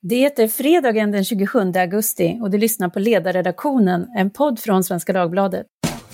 Det är fredagen den 27 augusti och du lyssnar på Ledarredaktionen, en podd från Svenska Dagbladet.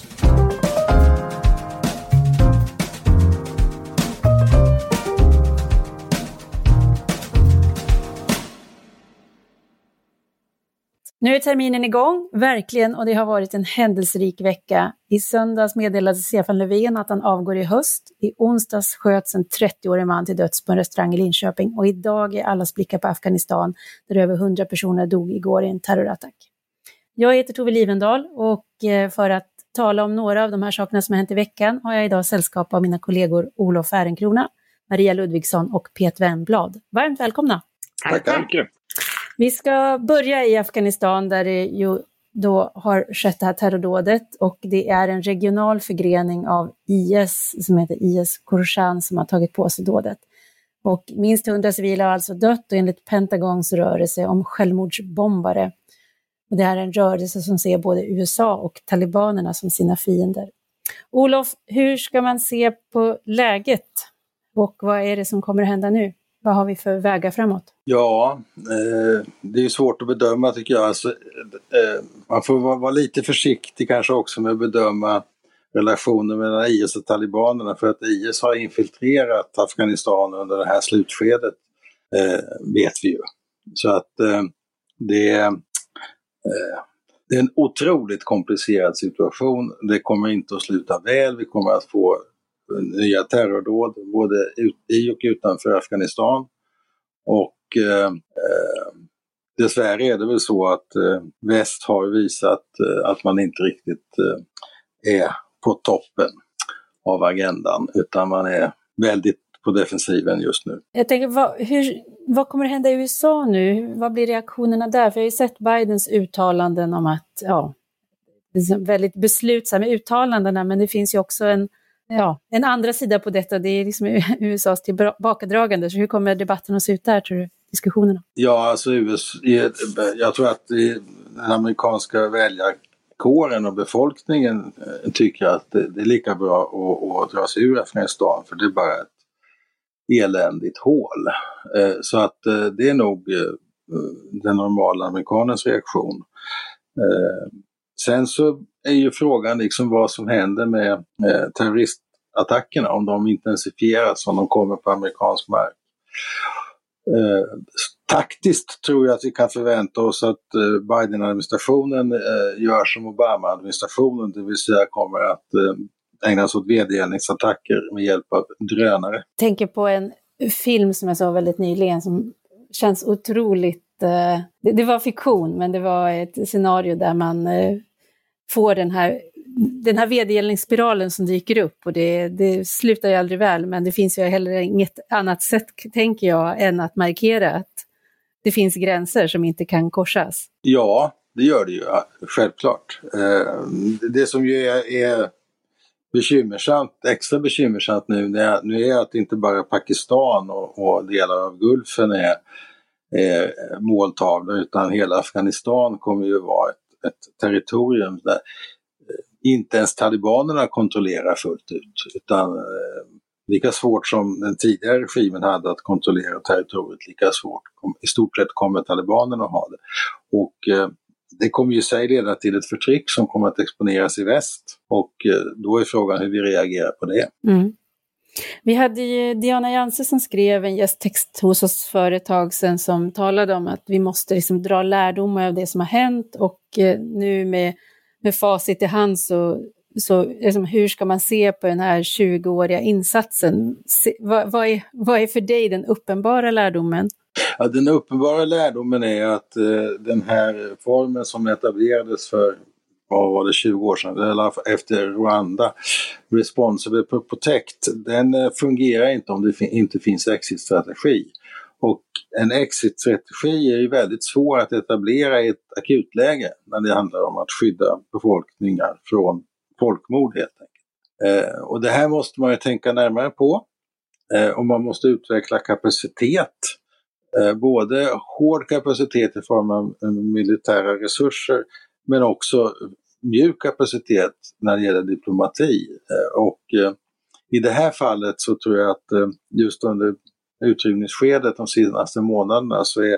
Nu är terminen igång, verkligen, och det har varit en händelserik vecka. I söndags meddelade Stefan Löfven att han avgår i höst. I onsdags sköts en 30-årig man till döds på en restaurang i Linköping. Och idag är allas blickar på Afghanistan, där över 100 personer dog igår i en terrorattack. Jag heter Tove Livendal och för att tala om några av de här sakerna som har hänt i veckan har jag idag sällskap av mina kollegor Olof Ehrenkrona, Maria Ludvigsson och Peter Wennblad. Varmt välkomna! Tack. Vi ska börja i Afghanistan där det ju då har skett det här terrordådet, och det är en regional förgrening av IS som heter IS Khorasan som har tagit på sig dådet. Och minst 100 civila har alltså dött, och enligt Pentagons rör det sig om självmordsbombare. Och det här är en rörelse som ser både USA och talibanerna som sina fiender. Olof, hur ska man se på läget och vad är det som kommer att hända nu? Vad har vi för vägar framåt? Ja, det är svårt att bedöma tycker jag. Alltså, man får vara lite försiktig kanske också med att bedöma relationen mellan IS och talibanerna, för att IS har infiltrerat Afghanistan under det här slutskedet, vet vi ju. Så att det är en otroligt komplicerad situation. Det kommer inte att sluta väl. Vi kommer att få nya terrordåd både i och utanför Afghanistan, och dessvärre är det väl så att väst har visat att man inte riktigt är på toppen av agendan, utan man är väldigt på defensiven just nu. Jag tänker, vad kommer att hända i USA nu? Vad blir reaktionerna där? För jag har ju sett Bidens uttalanden om att, det är väldigt beslutsamma uttalandena, men det finns ju också en andra sida på detta. Det är liksom USAs tillbakadragande. Så hur kommer debatten att se ut där, tror du? Diskussionerna? Ja, alltså jag tror att den amerikanska väljarkåren och befolkningen tycker att det är lika bra att dra sig ur Afghanistan, för det är bara ett eländigt hål. Så att det är nog den normala amerikanens reaktion. Sen så är ju frågan liksom vad som händer med terroristattackerna, om de intensifieras, om de kommer på amerikansk mark. Taktiskt tror jag att vi kan förvänta oss att Biden-administrationen gör som Obama-administrationen, det vill säga kommer att ägna sig åt vedergällningsattacker med hjälp av drönare. Jag tänker på en film som jag såg väldigt nyligen som känns otroligt, det var fiktion, men det var ett scenario där man får den här vedergällningsspiralen som dyker upp, och det slutar ju aldrig väl, men det finns ju heller inget annat sätt, tänker jag, än att markera att det finns gränser som inte kan korsas. Ja, det gör det ju, självklart. Det som ju är extra bekymmersamt nu är att inte bara Pakistan och delar av Gulfen är måltavlor, utan hela Afghanistan kommer ju vara ett territorium där inte ens talibanerna kontrollerar fullt ut, utan lika svårt som den tidigare regimen hade att kontrollera territoriet, lika svårt i stort sett kommer talibanerna att ha det. Och det kommer ju i sig leda till ett förtryck som kommer att exponeras i väst, och då är frågan hur vi reagerar på det. Mm. Vi hade ju Diana Janse som skrev en gästtext hos oss för ett tag sedan som talade om att vi måste liksom dra lärdomar av det som har hänt, och nu med facit i hand så liksom, hur ska man se på den här 20-åriga insatsen? Vad är för dig den uppenbara lärdomen? Ja, den uppenbara lärdomen är att den här formen som etablerades för 20 år sedan, eller efter Rwanda, Responsible Protect, den fungerar inte om det inte finns exit-strategi. Och en exit-strategi är ju väldigt svår att etablera i ett akutläge när det handlar om att skydda befolkningar från folkmord helt enkelt. Och det här måste man ju tänka närmare på, och man måste utveckla kapacitet, både hård kapacitet i form av militära resurser, men också mjuk kapacitet när det gäller diplomati. Och i det här fallet så tror jag att just under utrymningsskedet de senaste månaderna så är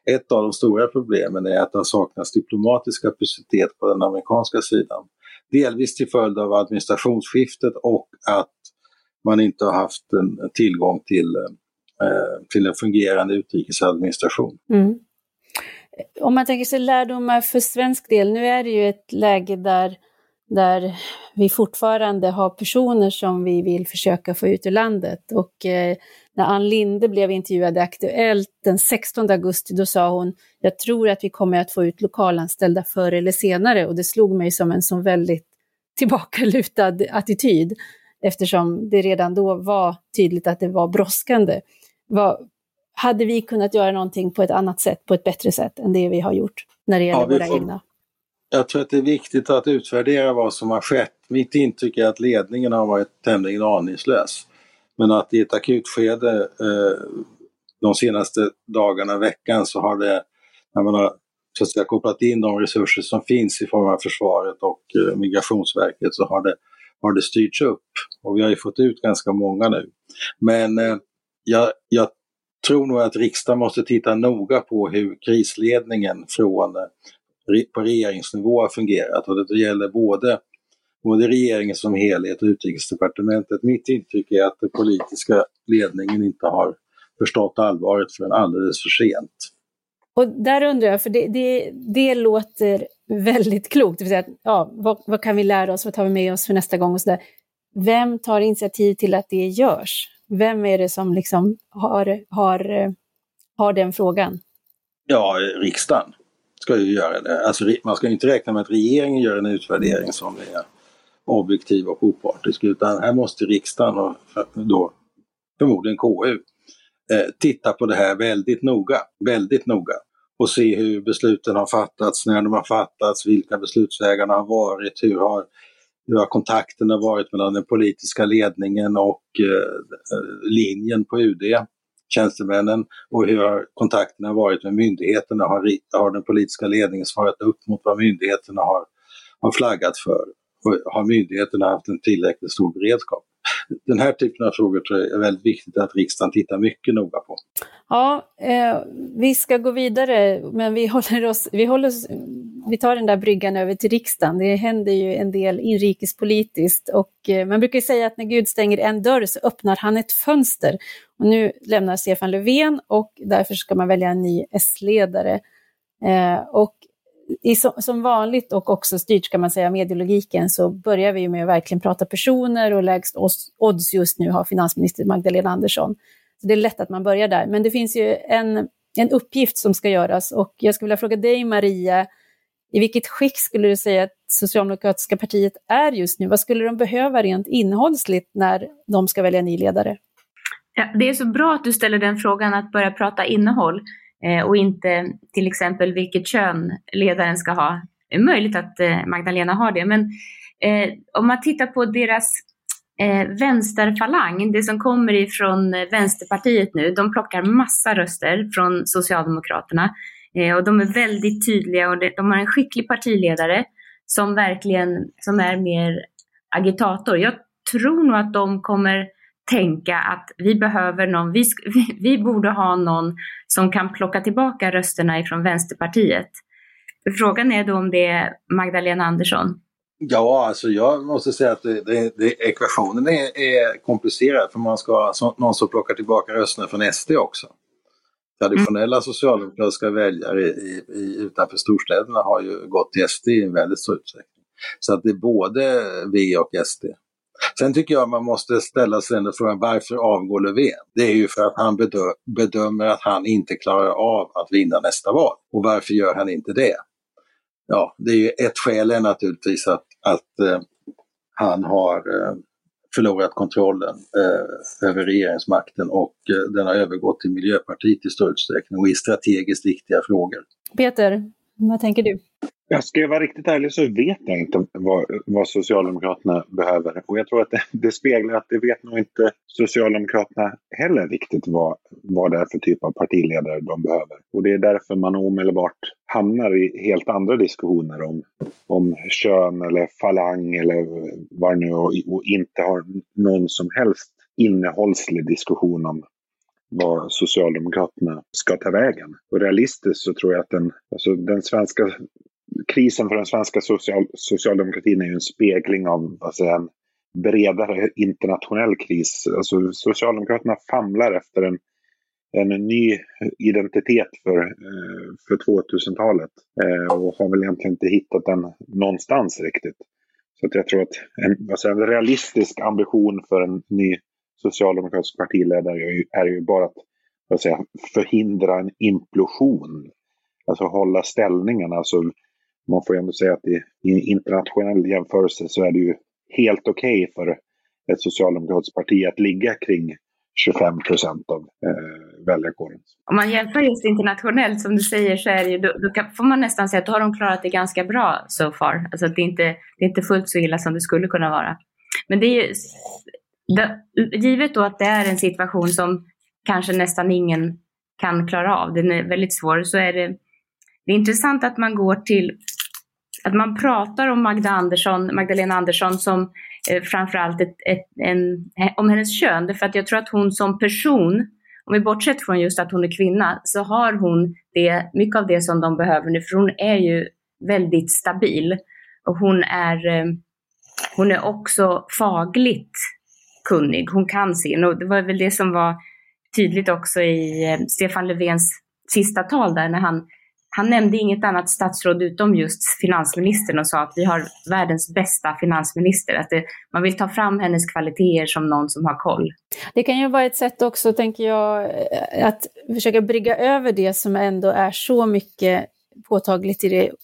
ett av de stora problemen är att det saknas diplomatisk kapacitet på den amerikanska sidan. Delvis till följd av administrationsskiftet och att man inte har haft en tillgång till en fungerande utrikesadministration. Mm. Om man tänker sig lärdomar för svensk del, nu är det ju ett läge där vi fortfarande har personer som vi vill försöka få ut ur landet. Och när Ann Linde blev intervjuad i Aktuellt den 16 augusti, då sa hon: jag tror att vi kommer att få ut lokalanställda förr eller senare. Och det slog mig som en sån väldigt tillbakalutad attityd, eftersom det redan då var tydligt att det var brådskande. Hade vi kunnat göra någonting på ett annat sätt, på ett bättre sätt än det vi har gjort när det gäller våra egna? Jag tror att det är viktigt att utvärdera vad som har skett. Mitt intryck är att ledningen har varit tämligen aningslös. Men att i ett akutskede de senaste dagarna, veckan, så har det, när man har så att säga kopplat in de resurser som finns i form av försvaret och Migrationsverket, så har det styrts upp. Och vi har ju fått ut ganska många nu. Men jag tror nog att riksdagen måste titta noga på hur krisledningen på regeringsnivå har fungerat. Och det gäller både regeringen som helhet och utrikesdepartementet. Mitt intryck är att den politiska ledningen inte har förstått allvaret förrän alldeles för sent. Och där undrar jag, för det låter väldigt klokt. Det vill säga att, vad kan vi lära oss, vad tar vi med oss för nästa gång och så där. Vem tar initiativ till att det görs? Vem är det som liksom har den frågan? Ja, riksdagen ska ju göra det. Alltså, man ska inte räkna med att regeringen gör en utvärdering som är objektiv och opartisk, utan här måste riksdagen och då förmodligen KU titta på det här väldigt noga och se hur besluten har fattats, när de har fattats, vilka beslutsvägarna har varit, hur har kontakterna varit mellan den politiska ledningen och linjen på UD, tjänstemännen, och hur har kontakterna varit med myndigheterna, har den politiska ledningen svarat upp mot vad myndigheterna har flaggat för, och har myndigheterna haft en tillräckligt stor beredskap. Den här typen av frågor tror jag är väldigt viktigt att riksdagen tittar mycket noga på. Ja, vi ska gå vidare, men vi tar den där bryggan över till riksdagen. Det händer ju en del inrikespolitiskt, och man brukar säga att när Gud stänger en dörr så öppnar han ett fönster. Och nu lämnar Stefan Löfven, och därför ska man välja en ny S-ledare. Och som vanligt, och också styrt ska man säga medielogiken, så börjar vi med att verkligen prata personer, och lägst odds just nu har finansminister Magdalena Andersson. Så det är lätt att man börjar där. Men det finns ju en uppgift som ska göras, och jag skulle vilja fråga dig, Maria, i vilket skick skulle du säga att Socialdemokratiska partiet är just nu? Vad skulle de behöva rent innehållsligt när de ska välja ny ledare? Ja, det är så bra att du ställer den frågan, att börja prata innehåll och inte till exempel vilket kön ledaren ska ha. Det är möjligt att Magdalena har det, men om man tittar på deras vänsterfalang, det som kommer ifrån Vänsterpartiet nu, de plockar massa röster från Socialdemokraterna, och de är väldigt tydliga, och de har en skicklig partiledare som är mer agitator. Jag tror nog att de kommer tänka att vi behöver någon, vi borde ha någon som kan plocka tillbaka rösterna ifrån Vänsterpartiet. Frågan är då om det är Magdalena Andersson. Ja, alltså jag måste säga att ekvationen är komplicerad, för man ska ha någon som plockar tillbaka rösterna från SD också. Traditionella socialdemokratiska väljare utanför storstäderna har ju gått till SD i en väldigt stor utsträckning. Så att det är både V och SD. Sen tycker jag man måste ställa sig ändå frågan, varför avgår Löfven? Det är ju för att han bedömer att han inte klarar av att vinna nästa val. Och varför gör han inte det? Ja, det är ju ett skäl är naturligtvis att han har förlorat kontrollen över regeringsmakten, och den har övergått till Miljöpartiet i stor utsträckning och i strategiskt viktiga frågor. Peter, vad tänker du? Jag ska vara riktigt ärlig, så vet jag inte vad Socialdemokraterna behöver. Och jag tror att det speglar att det vet nog inte Socialdemokraterna heller riktigt vad det är för typ av partiledare de behöver. Och det är därför man omedelbart hamnar i helt andra diskussioner om kön eller falang eller vad nu, och inte har någon som helst innehållslig diskussion vad Socialdemokraterna ska ta vägen. Och realistiskt så tror jag att den svenska krisen för den svenska socialdemokratin är ju en spegling av en bredare internationell kris. Alltså Socialdemokraterna famlar efter en ny identitet för 2000-talet och har väl egentligen inte hittat den någonstans riktigt. Så att jag tror att en realistisk ambition för en ny socialdemokratisk partiledare är ju bara att förhindra en implosion. Alltså hålla ställningen. Alltså, man får ju ändå säga att i internationell jämförelse så är det ju helt okej för ett socialdemokratiskt parti att ligga kring 25% av väljarkåren. Om man jämför just internationellt som du säger så är det ju, då får man nästan säga att då har de klarat det ganska bra so far. Alltså att det är inte fullt så illa som det skulle kunna vara. Men det är ju, givet då att det är en situation som kanske nästan ingen kan klara av, den är väldigt svår, så är det är intressant att man går till att man pratar om Magdalena Andersson som framförallt om hennes kön. För att jag tror att hon som person, om vi bortsett från just att hon är kvinna, så har hon mycket av det som de behöver nu. För hon är ju väldigt stabil. Och hon är också fagligt kunnig. Hon kan sin. Och det var väl det som var tydligt också i Stefan Löfvens sista tal där, när han nämnde inget annat statsråd utom just finansministern och sa att vi har världens bästa finansminister. Att man vill ta fram hennes kvaliteter som någon som har koll. Det kan ju vara ett sätt också, tänker jag, att försöka brygga över det som ändå är så mycket påtagligt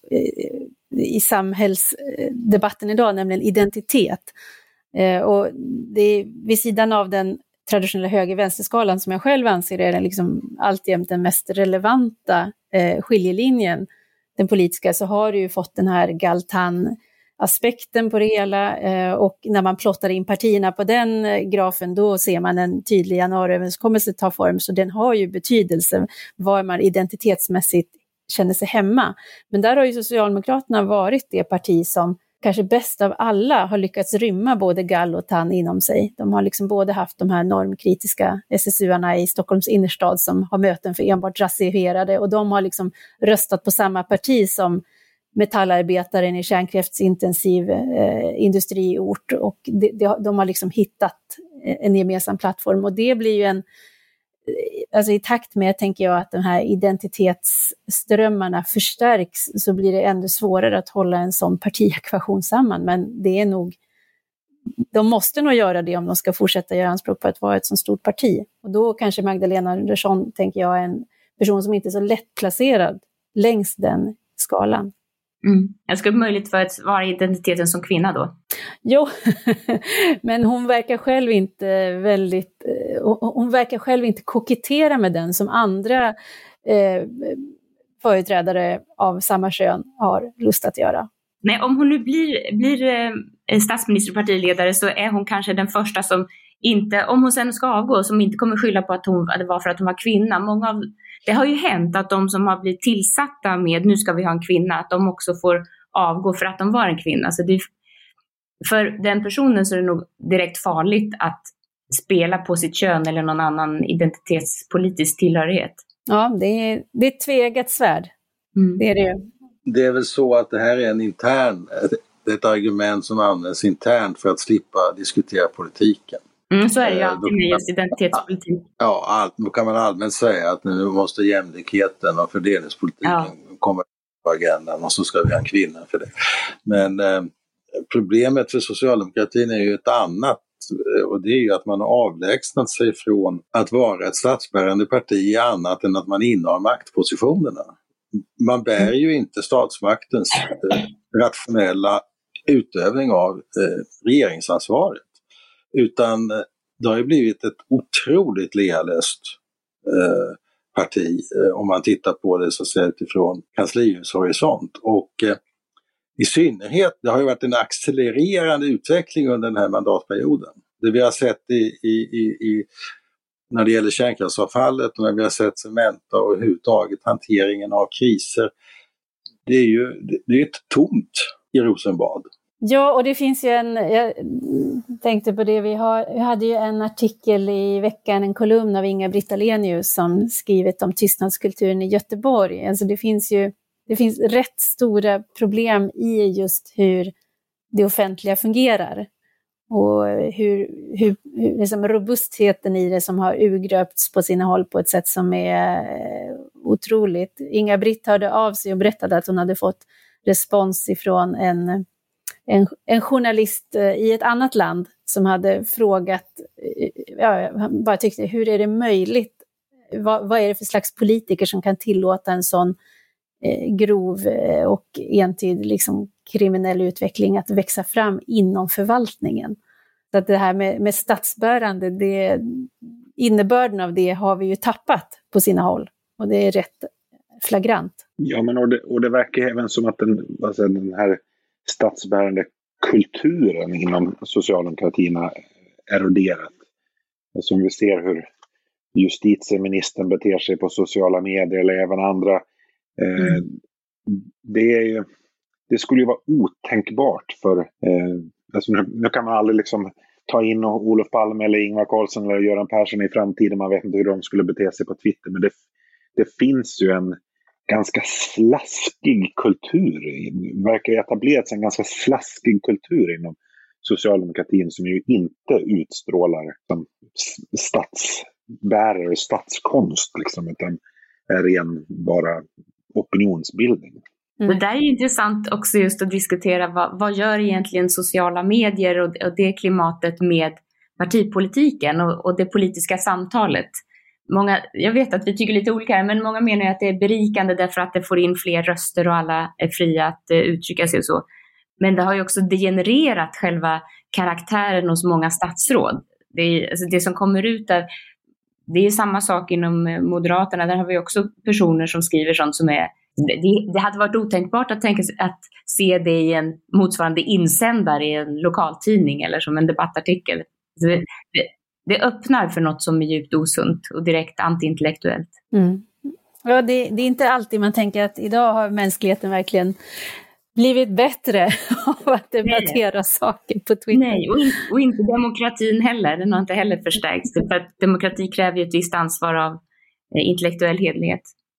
i samhällsdebatten idag, nämligen identitet. Och det är vid sidan av den traditionella höger-vänsterskalan som jag själv anser är den liksom alltjämt den mest relevanta skiljelinjen, den politiska, så har du ju fått den här Galtan-aspekten på det hela, och när man plottar in partierna på den grafen, då ser man en tydlig januariöverenskommelse ta form, så den har ju betydelse var man identitetsmässigt känner sig hemma. Men där har ju Socialdemokraterna varit det parti som kanske bäst av alla har lyckats rymma både gall och tann inom sig. De har liksom både haft de här normkritiska SSU-arna i Stockholms innerstad som har möten för enbart rasifierade, och de har liksom röstat på samma parti som metallarbetaren i kärnkraftsintensiv industriort, och de har liksom hittat en gemensam plattform, och det blir ju alltså i takt med, tänker jag, att de här identitetsströmmarna förstärks, så blir det ännu svårare att hålla en sån partiekvation samman. Men det är nog, de måste nog göra det om de ska fortsätta göra anspråk på att vara ett så stort parti. Och då kanske Magdalena Andersson, tänker jag, är en person som inte är så lättplacerad längs den skalan. Jag skulle möjligt för att vara identiteten som kvinna då. Jo, men hon verkar själv inte kokettera med den som andra företrädare av samma kön har lust att göra. Nej, om hon nu blir statsminister och partiledare, så är hon kanske den första som inte, om hon sen ska avgå, som inte kommer skylla på att det var för att hon var kvinna. Det har ju hänt att de som har blivit tillsatta med nu ska vi ha en kvinna, att de också får avgå för att de var en kvinna. Så för den personen så är det nog direkt farligt att spela på sitt kön eller någon annan identitetspolitisk tillhörighet. Ja, det är ett tveeggat svärd. Det är det. Det är väl så att det här är ett argument som används internt för att slippa diskutera politiken. Så är det ju alltid med just identitetspolitik. Ja, då kan man allmänt säga att nu måste jämlikheten och fördelningspolitiken komma på agendan, och så ska vi ha en kvinna för det. Men problemet för socialdemokratin är ju ett annat, och det är ju att man har avlägsnat sig från att vara ett statsbärande parti i annat än att man innehar maktpositionerna. Man bär ju inte statsmaktens rationella utövning av regeringsansvaret, utan det har ju blivit ett otroligt lealöst parti om man tittar på det så att säga utifrån kanslihushorisont. Och i synnerhet, det har ju varit en accelererande utveckling under den här mandatperioden. Det vi har sett när det gäller kärnkraftsavfallet och när vi har sett Cementa och överhuvudtaget hanteringen av kriser, det är ju ett tomt i Rosenbad. Ja, och det finns ju jag tänkte på det, vi hade ju en artikel i veckan, en kolumn av Inga-Britt Ahlenius som skrivit om tystnadskulturen i Göteborg. Alltså det finns rätt stora problem i just hur det offentliga fungerar. Och hur liksom robustheten i det som har urgröpts på sina håll på ett sätt som är otroligt. Inga-Britt hörde av sig och berättade att hon hade fått respons ifrån en journalist i ett annat land som hade frågat, han bara tyckte, hur är det möjligt? Vad är det för slags politiker som kan tillåta en sån grov och entydig liksom kriminell utveckling att växa fram inom förvaltningen? Så att det här med statsbärande, innebörden av det har vi ju tappat på sina håll. Och det är rätt flagrant. Ja, men och det verkar även som att den här statsbärande kulturen inom socialdemokratin har eroderat. Som vi ser hur justitieministern beter sig på sociala medier eller även andra. Det skulle ju vara otänkbart för nu kan man aldrig liksom ta in Olof Palme eller Ingvar Carlsson eller Göran Persson i framtiden. Man vet inte hur de skulle bete sig på Twitter, men det finns ju en ganska slaskig kultur. Det verkar etablerat en ganska slaskig kultur inom socialdemokratin som ju inte utstrålar som statsbärare, statskonst liksom, utan är ren bara opinionsbildning. Det där är intressant också just att diskutera vad gör egentligen sociala medier och det klimatet med partipolitiken och det politiska samtalet. Jag vet att vi tycker lite olika här, men många menar att det är berikande därför att det får in fler röster och alla är fria att uttrycka sig och så. Men det har ju också degenererat själva karaktären hos många statsråd. Det som kommer ut där, det är samma sak inom Moderaterna. Där har vi också personer som skriver sånt som är... Det hade varit otänkbart att tänka sig att se det i en motsvarande insändare i en lokaltidning eller som en debattartikel. Det öppnar för något som är djupt osunt och direkt antiintellektuellt. Ja, det är inte alltid man tänker att idag har mänskligheten verkligen blivit bättre av att debattera saker på Twitter. Nej, och inte demokratin heller. Den har inte heller förstärkts. För att demokrati kräver ju ett visst ansvar av intellektuell hederlighet.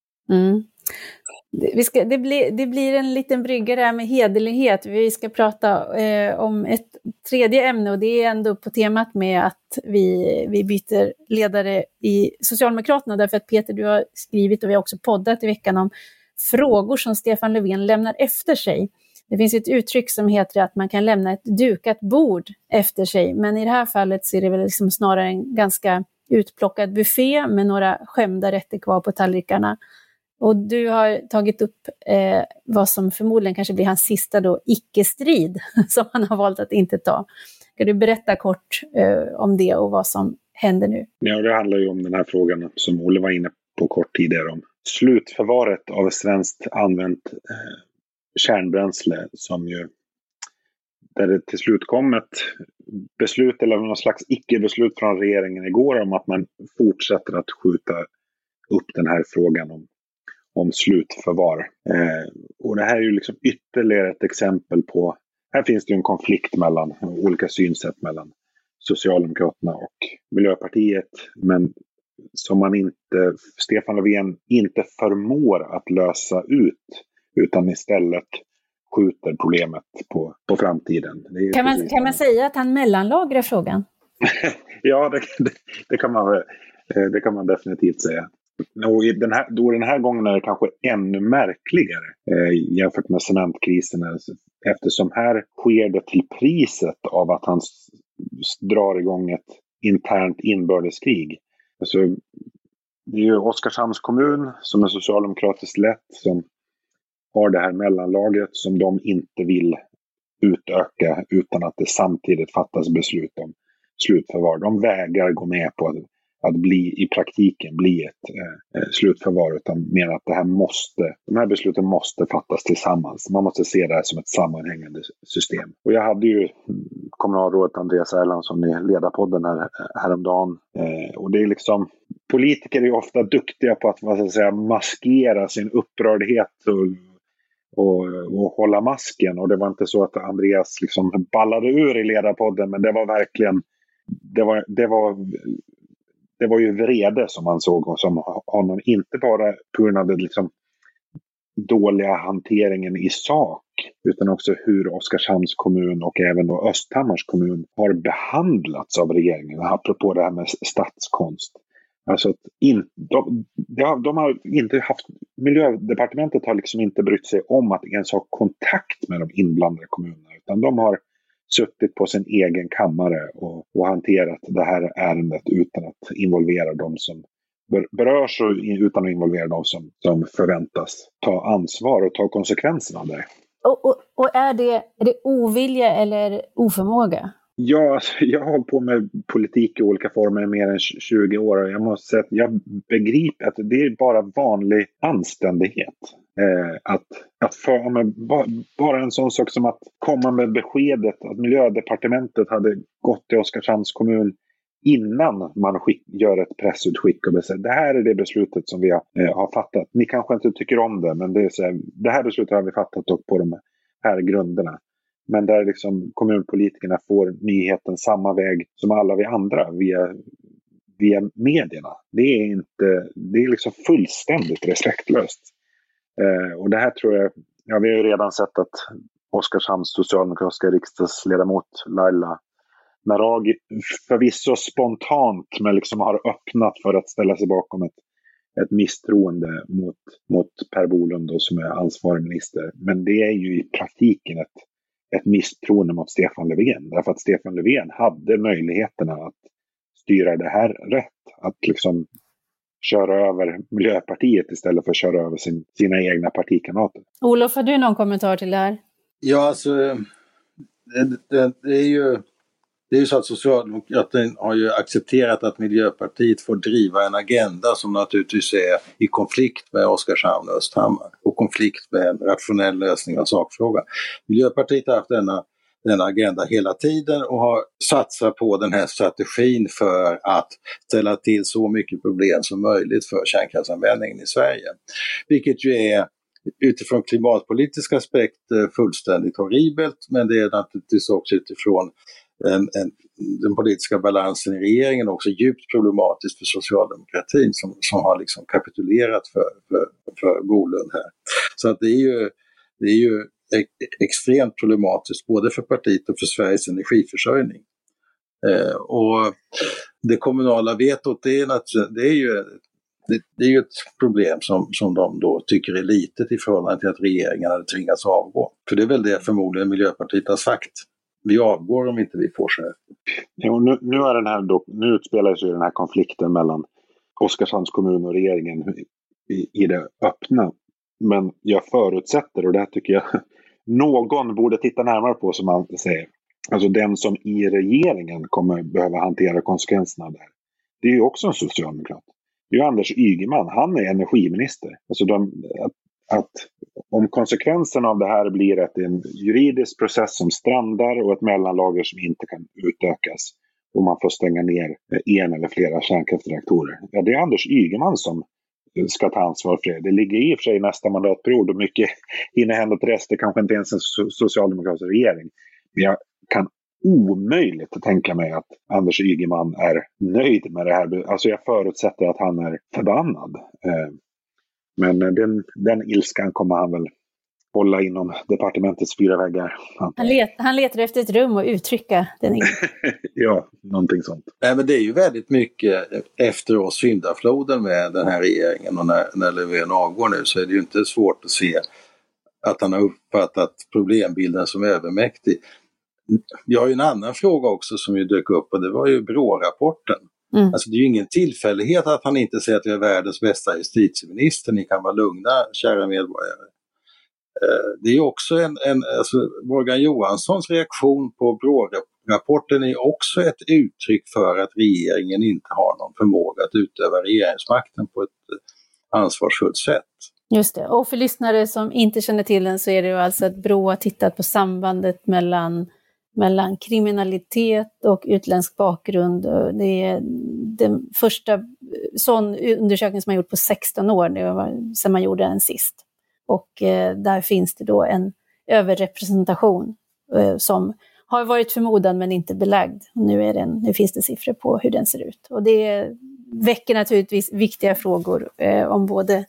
Det blir en liten brygga där med hederlighet. Vi ska prata om ett tredje ämne, och det är ändå på temat med att vi byter ledare i Socialdemokraterna, därför att Peter, du har skrivit och vi har också poddat i veckan om frågor som Stefan Löfven lämnar efter sig. Det finns ett uttryck som heter att man kan lämna ett dukat bord efter sig, men i det här fallet så är det väl liksom snarare en ganska utplockad buffé med några skämda rätter kvar på tallrikarna. Och du har tagit upp vad som förmodligen kanske blir hans sista då icke-strid som han har valt att inte ta. Kan du berätta kort om det och vad som händer nu? Ja, det handlar ju om den här frågan som Olle var inne på kort tidigare om slutförvaret av svenskt använt kärnbränsle, som ju där det till slut kom ett beslut eller någon slags icke-beslut från regeringen igår om att man fortsätter att skjuta upp den här frågan om slutförvar. Och det här är ju liksom ytterligare ett exempel på, här finns det ju en konflikt mellan olika synsätt mellan Socialdemokraterna och Miljöpartiet, men som Stefan Löfven inte förmår att lösa ut, utan istället skjuter problemet på framtiden. Kan man säga att han mellanlagrar frågan? Ja, det kan man definitivt säga. Och den här gången är det kanske ännu märkligare jämfört med cementkrisen, eftersom här sker det till priset av att han drar igång ett internt inbördeskrig. Alltså, det är ju Oskarshamns kommun som är socialdemokratiskt lett som har det här mellanlagret som de inte vill utöka utan att det samtidigt fattas beslut om slutförvar. De vägrar gå med på att i praktiken bli ett slutförvar, utan menar att de här besluten måste fattas tillsammans. Man måste se det här som ett sammanhängande system. Och jag hade ju kommunalrådet Andreas Erlandsson i ledarpodden häromdagen. Och det är liksom, politiker är ofta duktiga på att maskera sin upprördhet och hålla masken. Och det var inte så att Andreas liksom ballade ur i ledarpodden, men det var verkligen det var ju vrede som man såg och som honom, inte bara på grund av det liksom dåliga hanteringen i sak, utan också hur Oskarshamns kommun och även då Östhammars kommun har behandlats av regeringen, apropå det här med statskonst. Alltså att de har inte haft, Miljödepartementet har liksom inte brytt sig om att ens ha kontakt med de inblandade kommunerna, utan de har suttit på sin egen kammare och hanterat det här ärendet utan att involvera dem som berörs och utan att involvera dem som förväntas ta ansvar och ta konsekvenserna av det. Och är det ovilja eller oförmåga? Ja, jag har hållit på med politik i olika former i mer än 20 år och jag måste säga att jag begriper att det är bara vanlig anständighet. Bara en sån sak som att komma med beskedet att Miljödepartementet hade gått till Oskarshamns kommun innan man gör ett pressutskick och säger det här är det beslutet som vi har fattat. Ni kanske inte tycker om det, men det här beslutet har vi fattat på de här grunderna. Men där liksom kommunpolitikerna får nyheten samma väg som alla vi andra via medierna. Det är liksom fullständigt respektlöst. Och det här tror jag, vi har ju redan sett att Oskarshamns socialdemokratiska riksdagsledamot Laila Naraghi förvisso spontant men liksom har öppnat för att ställa sig bakom ett misstroende mot Per Bolund då, som är ansvarig minister. Men det är ju i praktiken ett misstroende mot Stefan Löfven. Därför att Stefan Löfven hade möjligheterna att styra det här rätt. Att liksom köra över Miljöpartiet istället för att köra över sina egna partikamrater. Olof, har du någon kommentar till det här? Ja, alltså det är ju så att Socialdemokraterna har ju accepterat att Miljöpartiet får driva en agenda som naturligtvis är i konflikt med Oskarshamn och Östhammar och konflikt med en rationell lösning av sakfrågan. Miljöpartiet har haft denna agenda hela tiden och har satsat på den här strategin för att ställa till så mycket problem som möjligt för kärnkraftsanvändningen i Sverige. Vilket ju är utifrån klimatpolitiska aspekter fullständigt horribelt, men det är naturligtvis också utifrån den politiska balansen i regeringen också djupt problematiskt för socialdemokratin som har liksom kapitulerat för Bolund här. Så att det är ju extremt problematiskt både för partiet och för Sveriges energiförsörjning. Och det kommunala vetot det är ju ett problem som de då tycker är litet i förhållande till att regeringen hade tvingats avgå. För det är väl det förmodligen Miljöpartiet har sagt. Vi avgår om inte vi får så här. Ja, nu utspelar sig den här konflikten mellan Oskarshamns kommun och regeringen i det öppna. Men jag förutsätter, och det här tycker jag någon borde titta närmare på, som man säger. Alltså den som i regeringen kommer behöva hantera konsekvenserna av det här. Det är ju också en socialdemokrat. Det är ju Anders Ygeman, han är energiminister. Alltså att om konsekvenserna av det här blir att det är en juridisk process som strandar och ett mellanlager som inte kan utökas och man får stänga ner en eller flera kärnkraftreaktorer. Ja, det är Anders Ygeman som ska ta ansvar för det. Det ligger i och för sig nästa mandatperiod och mycket hinner hända till resten, kanske inte ens en socialdemokratisk regering. Men jag kan omöjligt att tänka mig att Anders Ygeman är nöjd med det här. Alltså jag förutsätter att han är förbannad. Men den ilskan kommer han väl hålla inom departementets 4 väggar. Han letar efter ett rum och uttrycka den. Ja, någonting sånt. Nej, men det är ju väldigt mycket efter oss syndafloden med den här regeringen, och när Löfven avgår nu så är det ju inte svårt att se att han har uppfattat problembilden som övermäktig. Jag har ju en annan fråga också som ju dök upp, och det var ju BRÅ-rapporten. Alltså det är ju ingen tillfällighet att han inte säger att vi är världens bästa justitieminister. Ni kan vara lugna, kära medborgare. Det är ju också alltså Morgan Johanssons reaktion på BRÅ-rapporten är också ett uttryck för att regeringen inte har någon förmåga att utöva regeringsmakten på ett ansvarsfullt sätt. Just det, och för lyssnare som inte känner till den så är det ju alltså att BRÅ har tittat på sambandet mellan kriminalitet och utländsk bakgrund. Det är den första sån undersökning som man gjort på 16 år, det var sedan man gjorde den sist. Och där finns det då en överrepresentation som har varit förmodad men inte belagd. Nu finns det siffror på hur den ser ut. Och det väcker naturligtvis viktiga frågor om både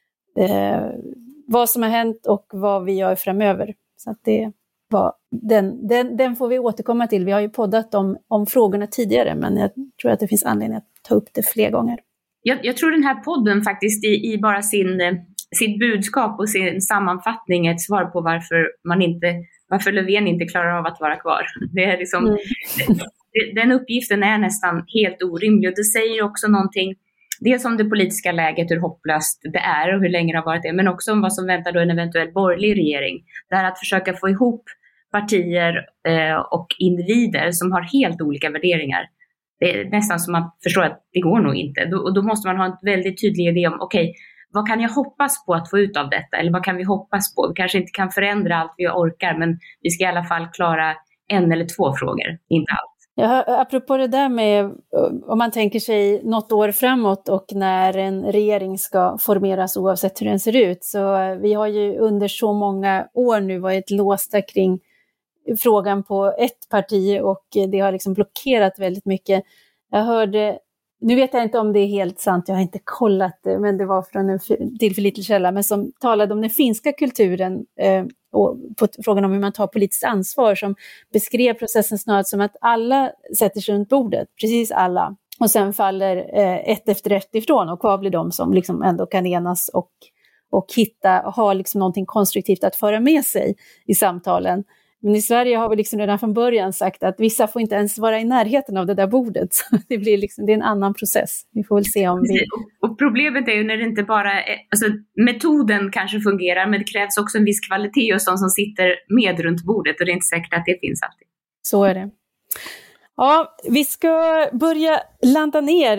vad som har hänt och vad vi gör framöver. Så att det var den får vi återkomma till. Vi har ju poddat om frågorna tidigare, men jag tror att det finns anledning att ta upp det fler gånger. Jag tror den här podden faktiskt i bara sitt budskap och sin sammanfattning är ett svar på varför Löfven inte klarar av att vara kvar. Det är liksom, den uppgiften är nästan helt orimlig, och det säger också någonting, dels om det politiska läget, hur hopplöst det är och hur länge det har varit det, men också om vad som väntar då en eventuell borgerlig regering. Det här att försöka få ihop partier och individer som har helt olika värderingar. Det är nästan som man förstår att det går nog inte. Då måste man ha en väldigt tydlig idé om, okej, vad kan jag hoppas på att få ut av detta? Eller vad kan vi hoppas på? Vi kanske inte kan förändra allt vi orkar, men vi ska i alla fall klara en eller två frågor, inte allt. Ja, apropå det där med, om man tänker sig något år framåt och när en regering ska formeras oavsett hur den ser ut. Så vi har ju under så många år nu varit låsta kring frågan på ett parti, och det har liksom blockerat väldigt mycket. Jag hörde, nu vet jag inte om det är helt sant, jag har inte kollat det, men det var från en tillförlitlig källa, men som talade om den finska kulturen och på frågan om hur man tar politiskt ansvar, som beskrev processen snarare som att alla sätter sig runt bordet, precis alla, och sen faller ett efter ett ifrån, och kvar blir de som liksom ändå kan enas och ha liksom någonting konstruktivt att föra med sig i samtalen. Men i Sverige har vi liksom redan från början sagt att vissa får inte ens vara i närheten av det där bordet. Så det blir liksom, det är en annan process. Vi får väl se om vi... Och problemet är ju när det inte bara är, alltså metoden kanske fungerar, men det krävs också en viss kvalitet hos de som sitter med runt bordet, och det är inte säkert att det finns alltid. Så är det. Ja, vi ska börja landa ner.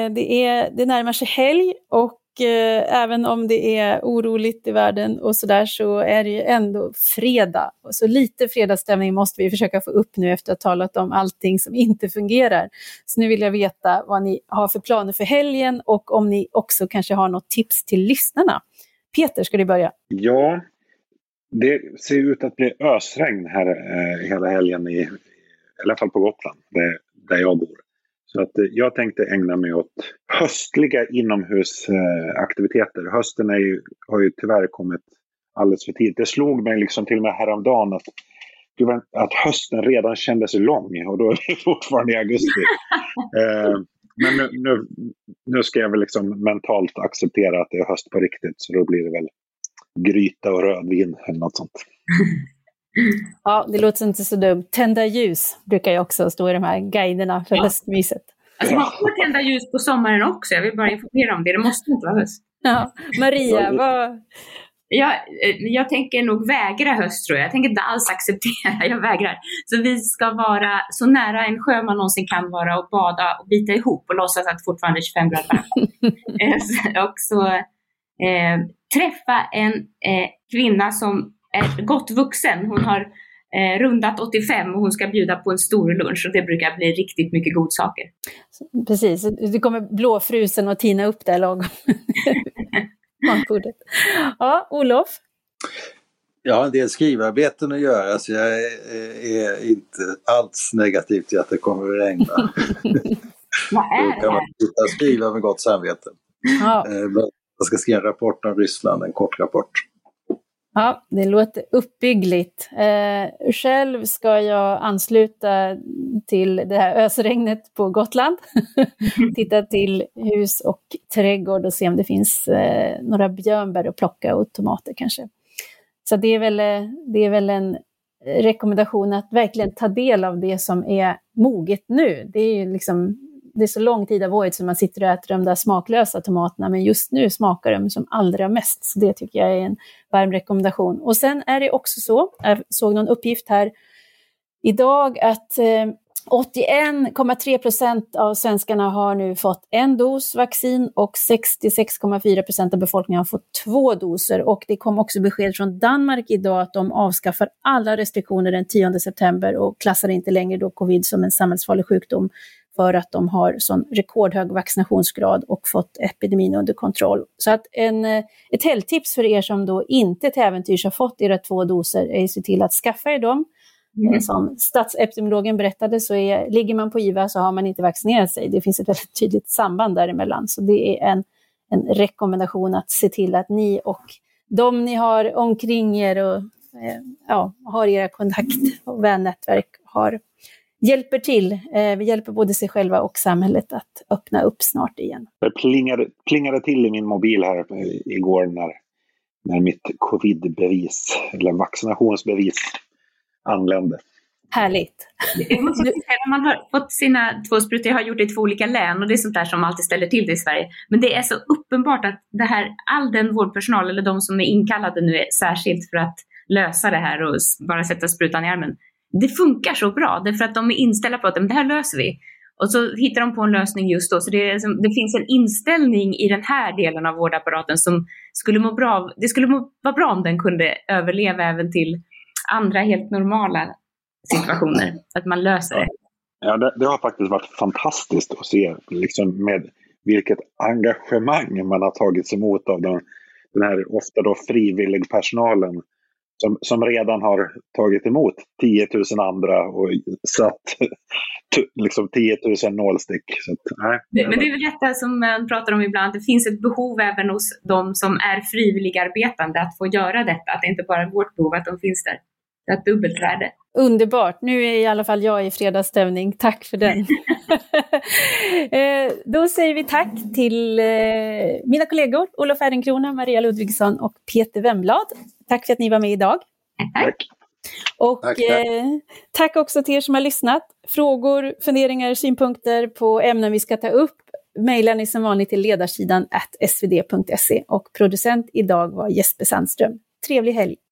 Det närmar sig helg, och även om det är oroligt i världen och sådär, så är det ju ändå fredag. Och så lite fredagsstämning måste vi försöka få upp nu efter att ha talat om allting som inte fungerar. Så nu vill jag veta vad ni har för planer för helgen, och om ni också kanske har något tips till lyssnarna. Peter, ska du börja? Ja, det ser ut att bli ösregn här hela helgen i alla fall på Gotland, där jag bor. Så att jag tänkte ägna mig åt höstliga inomhusaktiviteter. Hösten har ju tyvärr kommit alldeles för tidigt. Det slog mig liksom till och med häromdagen att hösten redan kändes lång, och då är vi fortfarande i augusti. Men nu ska jag väl liksom mentalt acceptera att det är höst på riktigt, så då blir det väl gryta och rödvin eller något sånt. Ja, det låter inte så dumt. Tända ljus brukar ju också stå i de här guiderna för höstmyset. Alltså man får tända ljus på sommaren också. Jag vill bara informera om det. Det måste inte vara höst. Ja. Maria, vad... Jag tänker nog vägra höst, tror jag. Jag tänker inte alls acceptera. Jag vägrar. Så vi ska vara så nära en sjö man någonsin kan vara, och bada och bita ihop och låtsas att det fortfarande är 25 grader. Och så träffa en kvinna som är gott vuxen. Hon har rundat 85 och hon ska bjuda på en stor lunch, och det brukar bli riktigt mycket godsaker. Precis, du kommer blåfrusen och tina upp det lagom. Ja, Olof? Jag har en del skrivarbeten att göra, så jag är inte alls negativ till att det kommer att regna. Vad är det? Då kan man sitta och skriva med gott samvete. Ja. Jag ska skriva en rapport om Ryssland, en kort rapport. Ja, det låter uppbyggligt. Själv ska jag ansluta till det här ösregnet på Gotland. Titta till hus och trädgård och se om det finns några björnbär att plocka, och tomater kanske. Så det är väl en rekommendation att verkligen ta del av det som är moget nu. Det är ju liksom... Det är så lång tid av året som man sitter och äter de där smaklösa tomaterna, men just nu smakar de som allra mest. Så det tycker jag är en varm rekommendation. Och sen är det också så, jag såg någon uppgift här idag att 81,3% av svenskarna har nu fått en dos vaccin, och 66,4% av befolkningen har fått 2 doser. Och det kom också besked från Danmark idag att de avskaffar alla restriktioner den 10 september och klassar inte längre då covid som en samhällsfarlig sjukdom för att de har sån rekordhög vaccinationsgrad och fått epidemin under kontroll. Så att ett helgtips för er som då inte till äventyrs har fått era 2 doser är att se till att skaffa er dem. Som statsepidemiologen berättade så ligger man på IVA så har man inte vaccinerat sig. Det finns ett väldigt tydligt samband däremellan. Så det är en rekommendation att se till att ni och de ni har omkring er och har era kontakt- och vännätverk hjälper till. Vi hjälper både sig själva och samhället att öppna upp snart igen. Det plingade till i min mobil här igår när mitt covid-bevis eller vaccinationsbevis anlände. Härligt. Man har fått sina 2 sprutor, jag har gjort det i 2 olika län och det är sånt där som alltid ställer till det i Sverige. Men det är så uppenbart att all den vårdpersonal eller de som är inkallade nu är särskilt för att lösa det här och bara sätta sprutan i armen. Det funkar så bra därför att de är inställda på att det här löser vi. Och så hittar de på en lösning just då. Så det finns en inställning i den här delen av vårdapparaten som skulle må bra. Det skulle vara bra om den kunde överleva även till andra helt normala situationer. Att man löser det. Ja, det har faktiskt varit fantastiskt att se liksom, med vilket engagemang man har tagits emot av den här ofta då frivillig personalen som redan har tagit emot 10 000 andra och satt liksom 10 000 nålstick. Så att, men det är väl detta som man pratar om ibland. Det finns ett behov även hos de som är frivilligarbetande att få göra detta. Att det inte bara är vårt behov att de finns där. Det är ett dubbelt värde. Underbart. Nu är i alla fall jag i fredagsstämning. Tack för den. Då säger vi tack till mina kollegor Olof Ehrenkrona, Maria Ludvigsson och Peter Wemblad. Tack för att ni var med idag. Tack. Och tack också till er som har lyssnat. Frågor, funderingar, synpunkter på ämnen vi ska ta upp mejlar ni som vanligt till ledarsidan @svd.se och producent idag var Jesper Sandström. Trevlig helg!